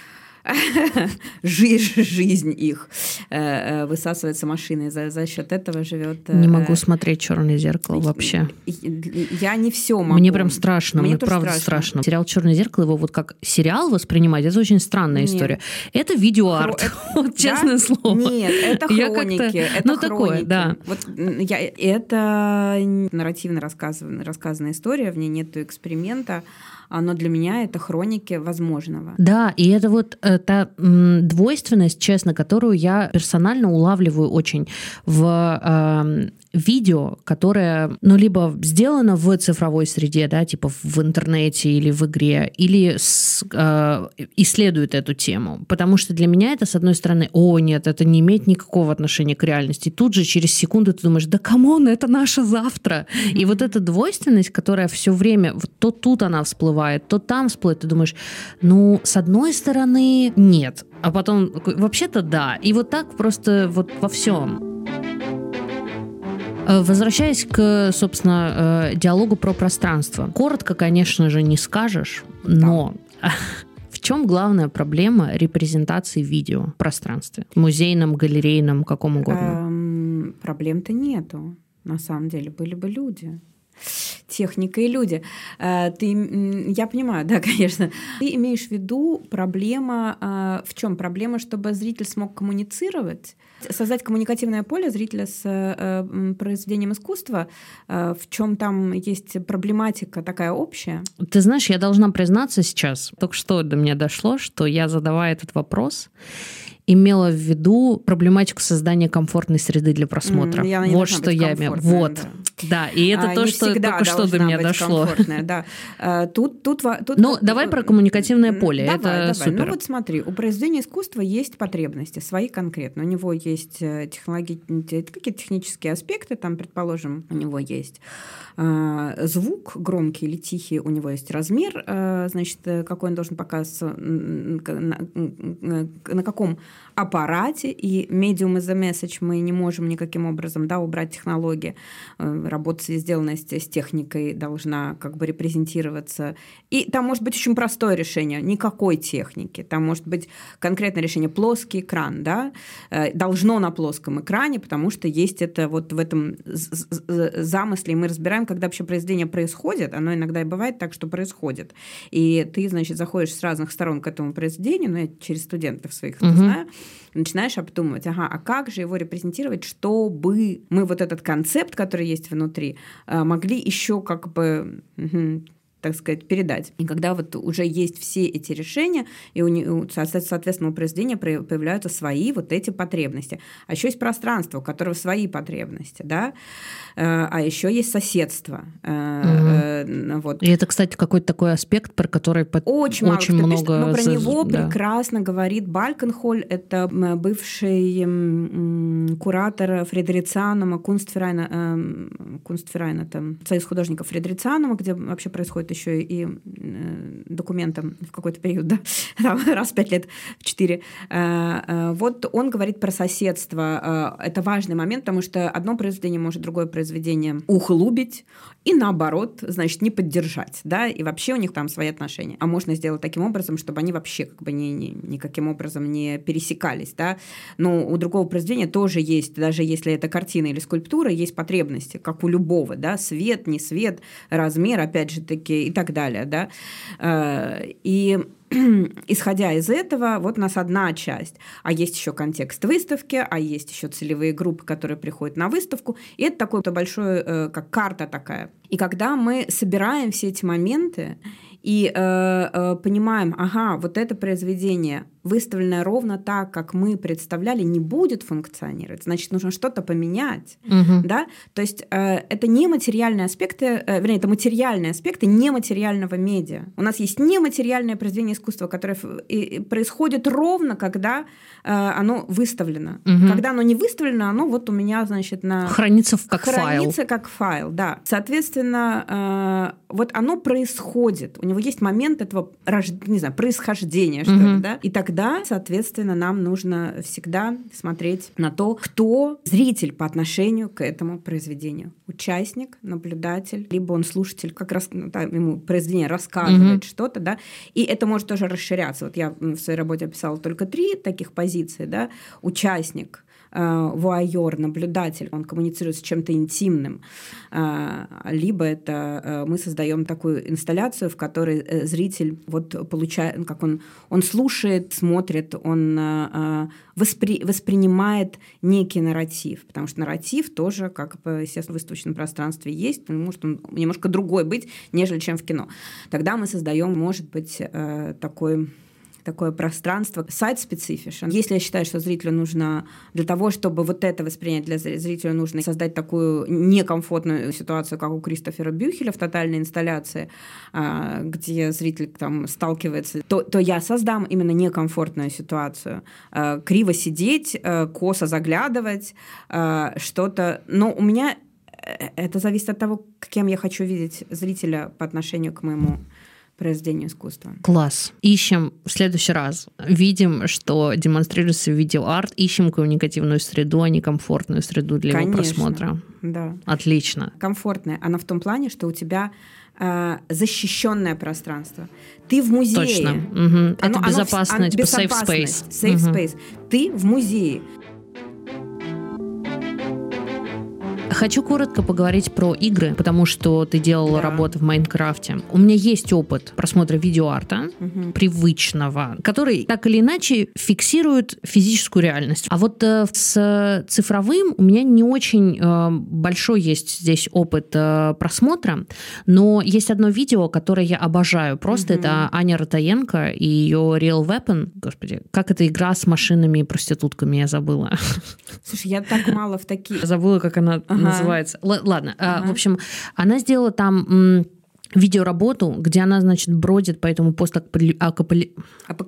жизнь их высасывается машиной, за, за счет этого живет. Не могу смотреть «Черное зеркало» вообще. Я не все могу. Мне прям страшно, мне, мне правда страшно. страшно. Сериал «Черное зеркало», его вот как сериал воспринимать, это очень странная Нет. история. Это видеоарт, Хро... вот, да? честное слово. Нет, это хроники. Это ну, хроники. Такое, да. Вот я... Это нарративно рассказанная, рассказанная история, в ней нет эксперимента. Но для меня это хроники возможного. Да, и это вот та м, двойственность, честно, которую я персонально улавливаю очень в э, видео, которое, ну, либо сделано в цифровой среде, да, типа в интернете или в игре, или с, э, исследует эту тему. Потому что для меня это, с одной стороны, о, нет, это не имеет никакого отношения к реальности. И тут же через секунду ты думаешь, да камон, это наше завтра. Mm-hmm. И вот эта двойственность, которая все время, вот то тут она всплывает, то там всплывает, ты думаешь, ну, с одной стороны, нет. А потом, вообще-то да. И вот так просто вот во всем. Возвращаясь к, собственно, диалогу про пространство. Коротко, конечно же, не скажешь, но да. В чем главная проблема репрезентации видео в пространстве? Музейном, галерейном, каком угодно? Эм, проблем-то нету, на самом деле. Были бы люди. Техника и люди. Ты, я понимаю, да, конечно. Ты имеешь в виду проблема, в чем проблема, чтобы зритель смог коммуницировать, создать коммуникативное поле зрителя с произведением искусства, в чем там есть проблематика такая общая? Ты знаешь, я должна признаться сейчас, только что до меня дошло, что я, задавая этот вопрос, имела в виду проблематику создания комфортной среды для просмотра. Mm, вот что я имела. Вот. Да. да, и это а, то, что только что до меня дошло. Да. А, тут, тут, тут, ну, давай про коммуникативное поле. Давай, это давай. супер. Ну вот смотри, у произведения искусства есть потребности, свои конкретно. У него есть технологи... какие-то технические аспекты, там, предположим, у него есть а, звук громкий или тихий, у него есть размер, а, значит, какой он должен показываться, на, на, на каком аппарате, и medium is a message мы не можем никаким образом, да, убрать технологии. Работа, сделанная с, с техникой, должна как бы репрезентироваться. И там может быть очень простое решение, никакой техники. Там может быть конкретное решение плоский экран, да, должно на плоском экране, потому что есть это вот в этом замысле, и мы разбираем, когда вообще произведение происходит, оно иногда и бывает так, что происходит. И ты, значит, заходишь с разных сторон к этому произведению, ну, я через студентов своих это знаю, начинаешь обдумывать, ага, а как же его репрезентировать, чтобы мы вот этот концепт, который есть внутри, могли еще как бы, так сказать, передать. И когда вот уже есть все эти решения, и у, соответственно, у произведения появляются свои вот эти потребности. А еще есть пространство, у которого свои потребности, да, а еще есть соседство. Угу. Вот. И это, кстати, какой-то такой аспект, про который очень, очень много... Пишет, но про за... него да. прекрасно говорит Балкенхоль, это бывший куратор Фредерицианума, Кунстверайна, Кунстверайна, там, Союз художников Фредерицианума, где вообще происходит еще и документом в какой-то период, да, раз в пять лет, в четыре. Вот он говорит про соседство. Это важный момент, потому что одно произведение может другое произведение ухлубить и наоборот, значит, не поддержать, да, и вообще у них там свои отношения. А можно сделать таким образом, чтобы они вообще как бы ни, ни, никаким образом не пересекались, да. Но у другого произведения тоже есть, даже если это картина или скульптура, есть потребности, как у любого, да, свет, не свет, размер, опять же таки, и так далее, да. И исходя из этого, вот у нас одна часть, а есть еще контекст выставки, а есть еще целевые группы, которые приходят на выставку, и это такое-то большое, как карта такая. И когда мы собираем все эти моменты и э, э, понимаем, ага, вот это произведение, выставленное ровно так, как мы представляли, не будет функционировать, значит, нужно что-то поменять, угу. да? То есть э, это не материальные аспекты, э, вернее, это материальные аспекты нематериального медиа. У нас есть нематериальное произведение искусства, которое и, и происходит ровно, когда э, оно выставлено. Угу. Когда оно не выставлено, оно вот у меня, значит, на... Хранится как хранится файл. Хранится как файл, да. Соответственно, э, вот оно происходит, у него есть момент этого, не знаю, происхождения, что угу. ли, да? И тогда Да, соответственно, нам нужно всегда смотреть на то, кто зритель по отношению к этому произведению. Участник, наблюдатель, либо он слушатель, как раз ну, да, ему произведение рассказывает mm-hmm. что-то, да, и это может тоже расширяться. Вот я в своей работе описала только три таких позиции, да, участник, вуайер, наблюдатель, он коммуницирует с чем-то интимным, либо это мы создаем такую инсталляцию, в которой зритель вот получает, как он, он слушает, смотрит, он воспри, воспринимает некий нарратив, потому что нарратив тоже, как бы, естественно, в выставочном пространстве есть, может он немножко другой быть, нежели чем в кино. Тогда мы создаем, может быть, такой такое пространство сайт-специфишн. Если я считаю, что зрителю нужно для того, чтобы вот это воспринять, для зрителя нужно создать такую некомфортную ситуацию, как у Кристофера Бюхеля в «Тотальной инсталляции», где зритель там сталкивается, то, то я создам именно некомфортную ситуацию. Криво сидеть, косо заглядывать, что-то... Но у меня это зависит от того, кем я хочу видеть зрителя по отношению к моему произведению искусства. Класс. Ищем в следующий раз. Видим, что демонстрируется видеоарт, ищем коммуникативную среду, а не комфортную среду для Конечно, его просмотра. Да. Отлично. Комфортная. Она в том плане, что у тебя э, защищенное пространство. Ты в музее. Точно. Угу. Это оно, безопасно, оно, типа safe space. Safe угу. space. Ты в музее. Хочу коротко поговорить про игры, потому что ты делала да. работу в Майнкрафте. У меня есть опыт просмотра видеоарта, угу. привычного, который так или иначе фиксирует физическую реальность. А вот э, с цифровым у меня не очень э, большой есть здесь опыт э, просмотра, но есть одно видео, которое я обожаю. Просто угу. это Аня Ротаенко и ее Real Weapon. Господи, как эта игра с машинами и проститутками, я забыла. Слушай, я так мало в такие... Забыла, как она... Ага. называется. Л- ладно, ага. в общем, она сделала там м, видеоработу, где она, значит, бродит по этому постапокалиптическому...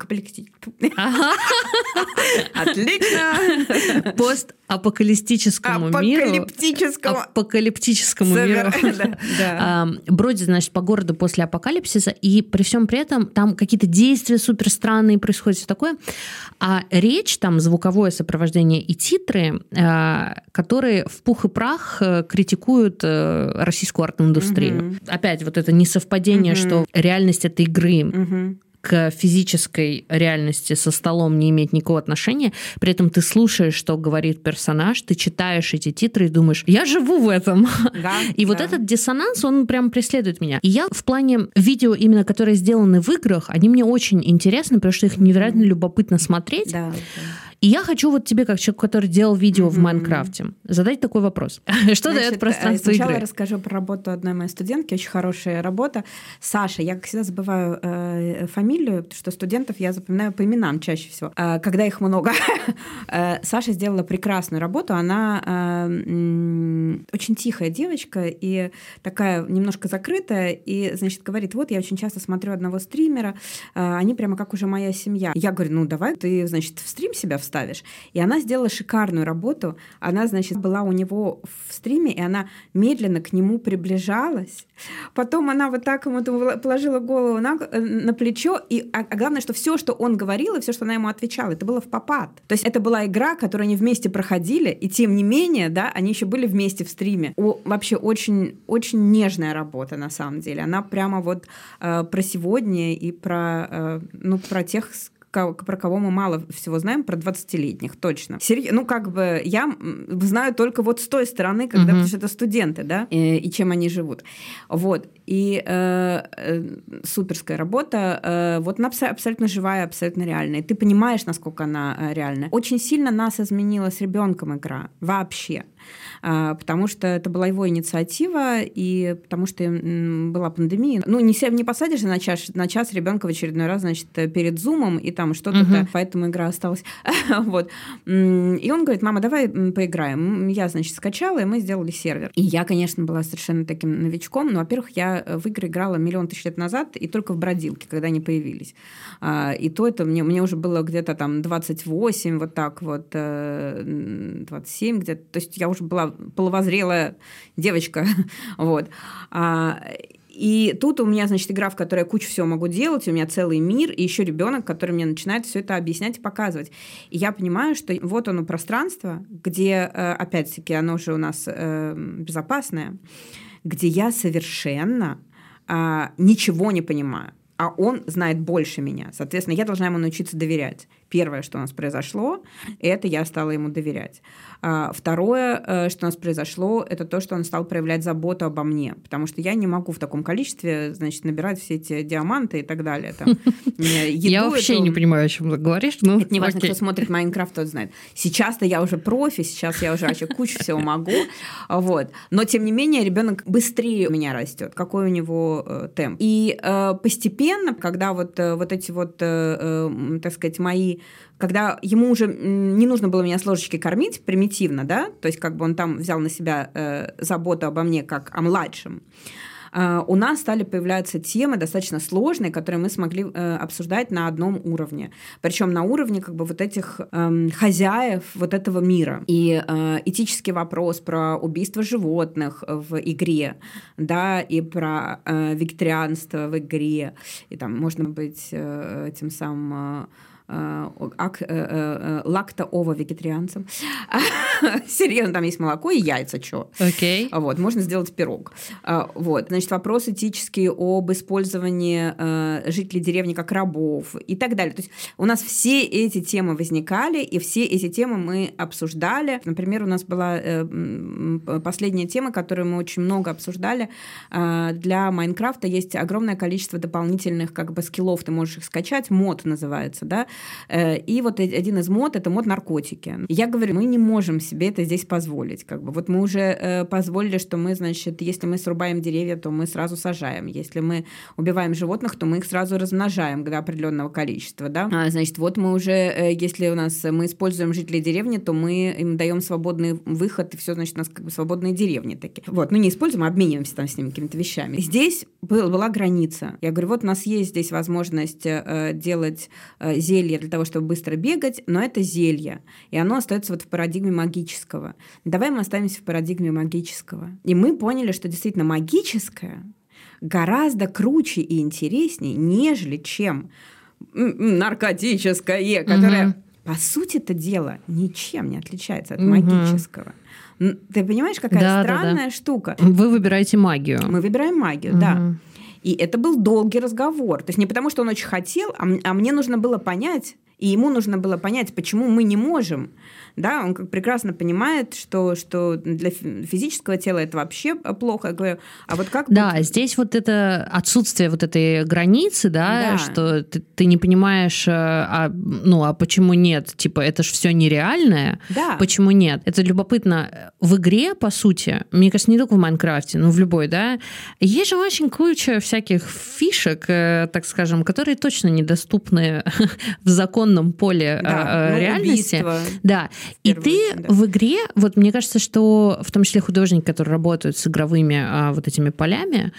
Отлично! Постапокалиптическому миру. Апокалиптическому миру. Бродит, значит, по городу после апокалипсиса, и при всем при этом там какие-то действия супер странные происходят, все такое. А речь, там звуковое сопровождение и титры, которые в пух и прах критикуют российскую арт-индустрию. Угу. Опять вот это несовпадение, угу. что реальность этой игры угу. к физической реальности со столом не имеет никакого отношения. При этом ты слушаешь, что говорит персонаж, ты читаешь эти титры и думаешь, я живу в этом. Да, и да. вот этот диссонанс, он прям преследует меня. И я в плане видео, именно которые сделаны в играх, они мне очень интересны, потому что их невероятно любопытно смотреть. Да, да. И я хочу вот тебе, как человек, который делал видео mm-hmm. в Майнкрафте, задать такой вопрос. Что Значит, дает пространство сначала игры? Я расскажу про работу одной моей студентки, очень хорошая работа. Саша, я, как всегда, забываю э, фамилию, потому что студентов я запоминаю по именам чаще всего, э, когда их много. Саша сделала прекрасную работу. Она э, очень тихая девочка и такая немножко закрытая, и, значит, говорит, вот, я очень часто смотрю одного стримера, э, они прямо как уже моя семья. Я говорю, ну, давай ты, значит, в стрим себя вставишь. И она сделала шикарную работу. Она, значит, была у него в стриме, и она медленно к нему приближалась. Потом она вот так ему положила голову на, на плечо. И, а, а главное, что все, что он говорил, и все, что она ему отвечала, это было в попад. То есть это была игра, которую они вместе проходили, и тем не менее, да, они еще были вместе в стриме. О, вообще очень, очень нежная работа, на самом деле. Она прямо вот э, про сегодня и про, э, ну, про тех, про кого мы мало всего знаем, про двадцатилетних, точно. Серьез... Ну, как бы я знаю только вот с той стороны, когда, uh-huh. потому что это студенты, да, и, и чем они живут. Вот. И э, э, суперская работа, э, вот она абсолютно живая, абсолютно реальная. И ты понимаешь, насколько она э, реальная. Очень сильно нас изменила с ребенком игра. Вообще. Э, потому что это была его инициатива, и потому что м, была пандемия. Ну, не, не посадишься на час, на час ребенка в очередной раз, значит, перед зумом, и там что-то, uh-huh. поэтому игра осталась. Вот. И он говорит, мама, давай поиграем. Я, значит, скачала, и мы сделали сервер. И я, конечно, была совершенно таким новичком, но, во-первых, я в игры играла миллион тысяч лет назад, и только в бродилке, когда они появились. И то это мне, мне уже было где-то там двадцать восемь, вот так вот, двадцать семь где-то. То есть я уже была половозрелая девочка. Вот. И тут у меня, значит, игра, в которой я кучу всего могу делать, у меня целый мир, и еще ребенок, который мне начинает все это объяснять и показывать. И я понимаю, что вот оно пространство, где, опять-таки, оно уже у нас безопасное, где я совершенно ничего не понимаю, а он знает больше меня. Соответственно, я должна ему научиться доверять. Первое, что у нас произошло, это я стала ему доверять. Второе, что у нас произошло, это то, что он стал проявлять заботу обо мне, потому что я не могу в таком количестве, значит, набирать все эти диаманты и так далее. Там, я вообще эту... не понимаю, о чем ты говоришь. Ну, это не важно, кто смотрит Майнкрафт, тот знает. Сейчас-то я уже профи, сейчас я уже вообще кучу всего могу. Вот. Но, тем не менее, ребенок быстрее у меня растет, какой у него э, темп. И э, постепенно постепенно, когда вот, вот эти вот, так сказать, мои... Когда ему уже не нужно было меня с ложечки кормить примитивно, да, то есть как бы он там взял на себя э, заботу обо мне как о младшем, э, у нас стали появляться темы достаточно сложные, которые мы смогли э, обсуждать на одном уровне. Причем на уровне как бы вот этих э, хозяев вот этого мира. И э, этический вопрос про убийство животных в игре, да, и про э, вегетарианство в игре, и там можно быть э, тем самым... Э, лакто-ово-вегетарианцем. Серьезно, там есть молоко и яйца, что? Окей. Okay. Вот, можно сделать пирог. Вот, значит, вопрос этический об использовании жителей деревни как рабов и так далее. То есть у нас все эти темы возникали, и все эти темы мы обсуждали. Например, у нас была последняя тема, которую мы очень много обсуждали. Для Майнкрафта есть огромное количество дополнительных как бы скиллов, ты можешь их скачать, мод называется, да. И вот один из мод — это мод наркотики. Я говорю, мы не можем себе это здесь позволить. Как бы. Вот мы уже позволили, что мы, значит, если мы срубаем деревья, то мы сразу сажаем. Если мы убиваем животных, то мы их сразу размножаем до определенного количества. Да? А, значит, вот мы уже, если у нас мы используем жителей деревни, то мы им даем свободный выход, и все, значит, у нас как бы свободные деревни такие. Вот. Ну, не используем, а обмениваемся там с ними какими-то вещами. Здесь был, была граница. Я говорю, вот у нас есть здесь возможность э, делать э, зелье для того, чтобы быстро бегать, но это зелье, и оно остается вот в парадигме магического. Давай мы останемся в парадигме магического. И мы поняли, что действительно магическое гораздо круче и интереснее, нежели чем наркотическое, которое, угу. по сути-то дела, ничем не отличается от угу. магического. Ты понимаешь, какая да, странная да, да. штука? Вы выбираете магию. Мы выбираем магию, угу. да. И это был долгий разговор. То есть не потому, что он очень хотел, а мне нужно было понять, и ему нужно было понять, почему мы не можем. Да, он как прекрасно понимает, что, что для физического тела это вообще плохо. Я говорю, а вот как... Да, будет... здесь вот это отсутствие вот этой границы, да, да. что ты, ты не понимаешь, а, ну, а почему нет? Типа, это же все нереальное. Да. Почему нет? Это любопытно. В игре, по сути, мне кажется, не только в Майнкрафте, но в любой, да, есть же очень куча всяких фишек, так скажем, которые точно недоступны в законном поле да, ну, реальности. Убийство. Да. И ты да. в игре, вот мне кажется, что в том числе художники, которые работают с игровыми а, вот этими полями,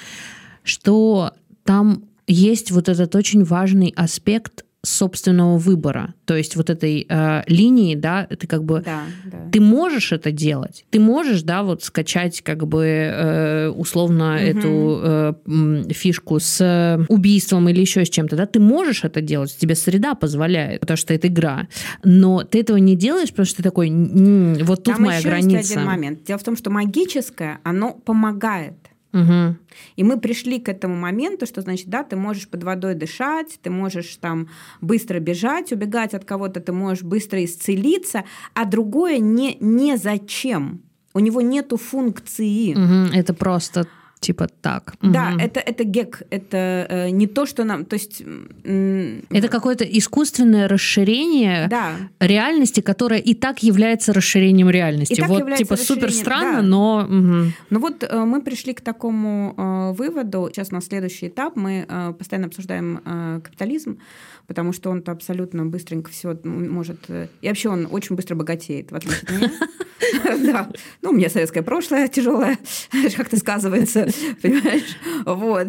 что там есть вот этот очень важный аспект собственного выбора. То есть вот этой э, линии, да, ты как бы... Да, да. Ты можешь это делать. Ты можешь, да, вот скачать как бы э, условно угу. эту э, фишку с убийством или еще с чем-то, да. Ты можешь это делать, тебе среда позволяет, потому что это игра. Но ты этого не делаешь, потому что ты такой, м-м, вот тут Там моя еще граница. Есть один момент. Дело в том, что магическое, оно помогает. Угу. И мы пришли к этому моменту, что, значит, да, ты можешь под водой дышать, ты можешь там быстро бежать, убегать от кого-то, ты можешь быстро исцелиться, а другое не, не зачем. У него нету функции. Угу. Это просто... Типа так. Да, угу. это, это гек, это э, не то, что нам... То есть, м- это какое-то искусственное расширение да. реальности, которое и так является расширением реальности. Вот типа супер странно, да. но... Угу. Ну вот э, мы пришли к такому э, выводу. Сейчас у нас следующий этап. Мы э, постоянно обсуждаем э, капитализм, потому что он-то абсолютно быстренько все может... И вообще он очень быстро богатеет, в отличие от меня. Да. Ну, у меня советское прошлое тяжелое, как-то сказывается, понимаешь? Вот.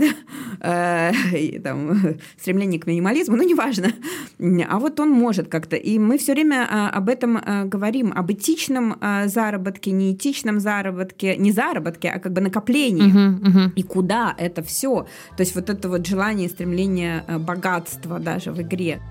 И там стремление к минимализму, ну, неважно. А вот он может как-то. И мы все время об этом говорим, об этичном заработке, неэтичном заработке, не заработке, а как бы накоплении. Uh-huh, uh-huh. И куда это все? То есть вот это вот желание, стремление богатства даже в игре.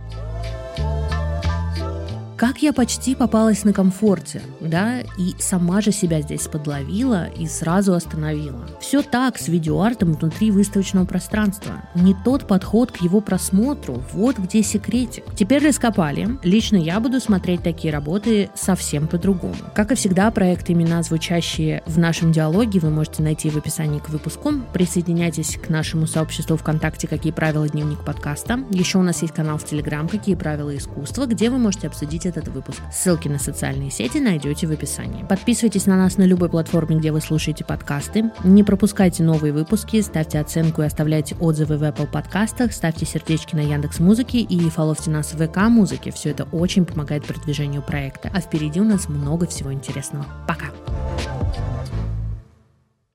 Как я почти попалась на комфорте, да, и сама же себя здесь подловила и сразу остановила. Все так с видеоартом внутри выставочного пространства. Не тот подход к его просмотру, вот где секретик. Теперь раскопали. Лично я буду смотреть такие работы совсем по-другому. Как и всегда, проекты, имена, звучащие в нашем диалоге, вы можете найти в описании к выпуску. Присоединяйтесь к нашему сообществу ВКонтакте «Какие правила? Дневник подкаста». Еще у нас есть канал в Телеграм «Какие правила искусства», где вы можете обсудить этот выпуск. Ссылки на социальные сети найдете в описании. Подписывайтесь на нас на любой платформе, где вы слушаете подкасты. Не пропускайте новые выпуски, ставьте оценку и оставляйте отзывы в Apple подкастах, ставьте сердечки на Яндекс.Музыке и фоловьте нас в ВК-музыке. Все это очень помогает продвижению проекта. А впереди у нас много всего интересного. Пока!